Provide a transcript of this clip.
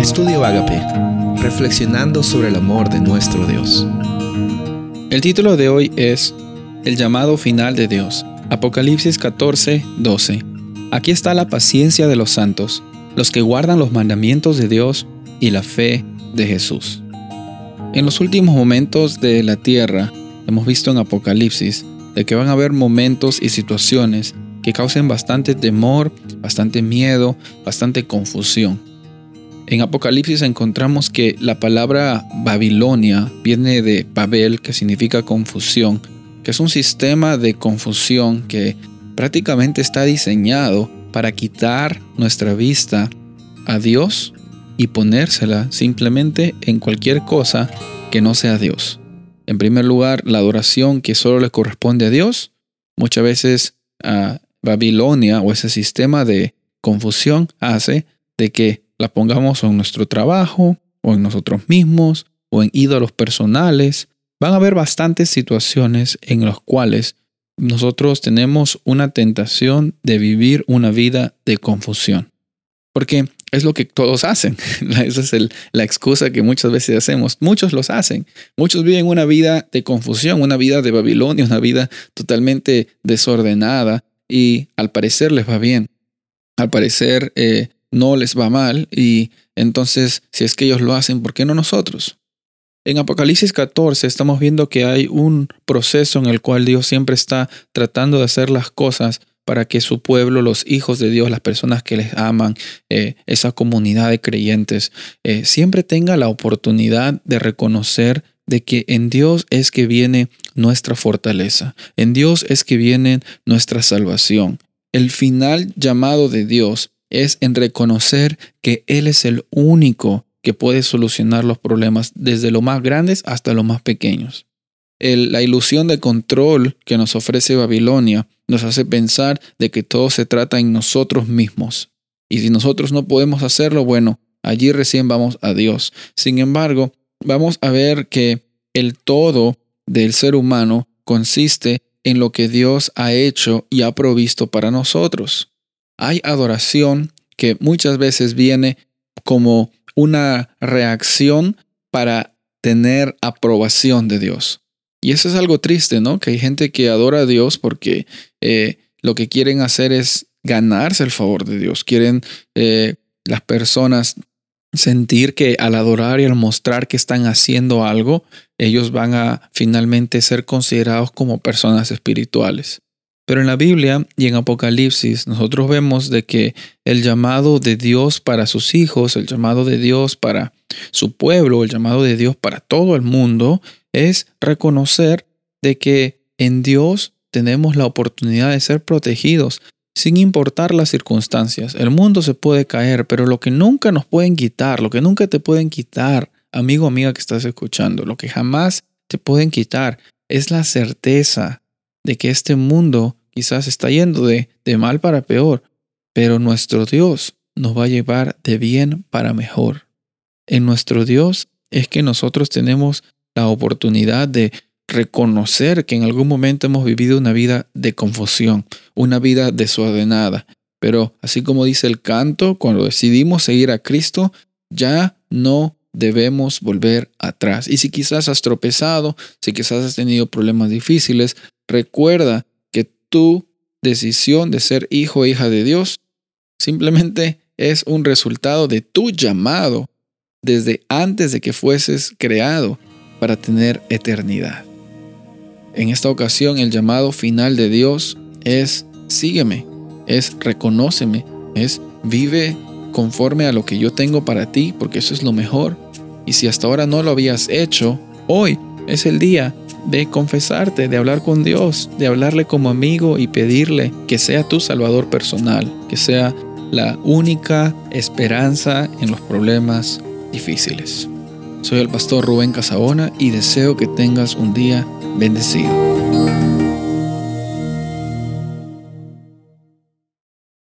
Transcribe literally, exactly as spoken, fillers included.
Estudio Ágape, reflexionando sobre el amor de nuestro Dios. El título de hoy es El llamado final de Dios. Apocalipsis catorce, doce. Aquí está la paciencia de los santos, los que guardan los mandamientos de Dios y la fe de Jesús. En los últimos momentos de la tierra, hemos visto en Apocalipsis de que van a haber momentos y situaciones que causen bastante temor, bastante miedo, bastante confusión. En Apocalipsis encontramos que la palabra Babilonia viene de Babel, que significa confusión, que es un sistema de confusión que prácticamente está diseñado para quitar nuestra vista a Dios y ponérsela simplemente en cualquier cosa que no sea Dios. En primer lugar, la adoración que solo le corresponde a Dios. Muchas veces a Babilonia o ese sistema de confusión hace de que la pongamos en nuestro trabajo o en nosotros mismos o en ídolos personales. Van a haber bastantes situaciones en las cuales nosotros tenemos una tentación de vivir una vida de confusión. Porque es lo que todos hacen. Esa es el, la excusa que muchas veces hacemos. Muchos los hacen. Muchos viven una vida de confusión, una vida de Babilonia, una vida totalmente desordenada y al parecer les va bien. Al parecer eh, no les va mal y entonces si es que ellos lo hacen, ¿por qué no nosotros? En Apocalipsis catorce estamos viendo que hay un proceso en el cual Dios siempre está tratando de hacer las cosas para que su pueblo, los hijos de Dios, las personas que les aman, eh, esa comunidad de creyentes, eh, siempre tenga la oportunidad de reconocer de que en Dios es que viene nuestra fortaleza, en Dios es que viene nuestra salvación. El final llamado de Dios es en reconocer que Él es el único que puede solucionar los problemas desde los más grandes hasta los más pequeños. El, la ilusión de control que nos ofrece Babilonia nos hace pensar de que todo se trata en nosotros mismos. Y si nosotros no podemos hacerlo, bueno, allí recién vamos a Dios. Sin embargo, vamos a ver que el todo del ser humano consiste en lo que Dios ha hecho y ha provisto para nosotros. Hay adoración que muchas veces viene como una reacción para tener aprobación de Dios. Y eso es algo triste, ¿no? Que hay gente que adora a Dios porque eh, lo que quieren hacer es ganarse el favor de Dios. Quieren eh, las personas sentir que al adorar y al mostrar que están haciendo algo, ellos van a finalmente ser considerados como personas espirituales. Pero en la Biblia y en Apocalipsis nosotros vemos de que el llamado de Dios para sus hijos, el llamado de Dios para su pueblo, el llamado de Dios para todo el mundo es reconocer de que en Dios tenemos la oportunidad de ser protegidos sin importar las circunstancias. El mundo se puede caer, pero lo que nunca nos pueden quitar, lo que nunca te pueden quitar, amigo o amiga que estás escuchando, lo que jamás te pueden quitar es la certeza de que este mundo quizás está yendo de, de mal para peor, pero nuestro Dios nos va a llevar de bien para mejor. En nuestro Dios es que nosotros tenemos la oportunidad de reconocer que en algún momento hemos vivido una vida de confusión, una vida desordenada. Pero así como dice el canto, cuando decidimos seguir a Cristo, ya no debemos volver atrás. Y si quizás has tropezado, si quizás has tenido problemas difíciles, recuerda que tu decisión de ser hijo e hija de Dios simplemente es un resultado de tu llamado desde antes de que fueses creado para tener eternidad. En esta ocasión, el llamado final de Dios es sígueme, es reconóceme, es vive conforme a lo que yo tengo para ti, porque eso es lo mejor. Y si hasta ahora no lo habías hecho, hoy es el día de confesarte, de hablar con Dios, de hablarle como amigo y pedirle que sea tu salvador personal, que sea la única esperanza en los problemas difíciles. Soy el pastor Rubén Casabona y deseo que tengas un día bendecido.